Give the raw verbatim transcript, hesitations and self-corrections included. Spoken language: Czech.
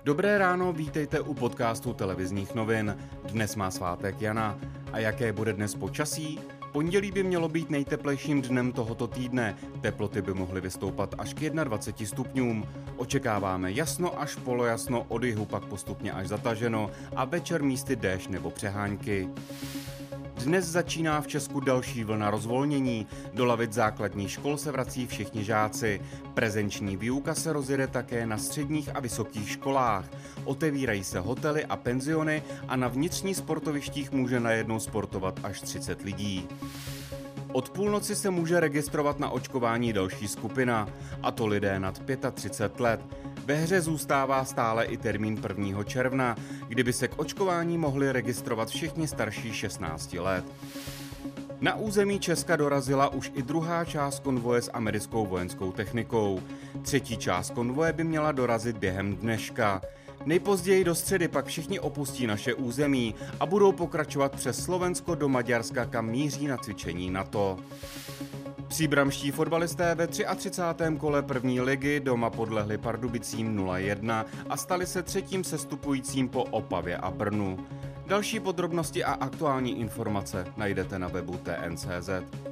Dobré ráno, vítejte u podcastu televizních novin. Dnes má svátek Jana. A jaké bude dnes počasí? Pondělí by mělo být nejteplejším dnem tohoto týdne. Teploty by mohly vystoupat až k dvaceti jednomu stupňům. Očekáváme jasno až polojasno, od jihu pak postupně až zataženo a večer místy déšť nebo přehánky. Dnes začíná v Česku další vlna rozvolnění. Do lavic základních škol se vrací všichni žáci. Prezenční výuka se rozjede také na středních a vysokých školách. Otevírají se hotely a penziony a na vnitřních sportovištích může najednou sportovat až třicet lidí. Od půlnoci se může registrovat na očkování další skupina, a to lidé nad třicet pět let. Ve hře zůstává stále i termín prvního června, kdyby se k očkování mohli registrovat všichni starší šestnácti let. Na území Česka dorazila už i druhá část konvoje s americkou vojenskou technikou. Třetí část konvoje by měla dorazit během dneška. Nejpozději do středy pak všichni opustí naše území a budou pokračovat přes Slovensko do Maďarska, kam míří na cvičení NATO. Příbramští fotbalisté ve třicátém kole první ligy doma podlehli Pardubicím nula jedna a stali se třetím sestupujícím po Opavě a Brnu. Další podrobnosti a aktuální informace najdete na webu T N C Z.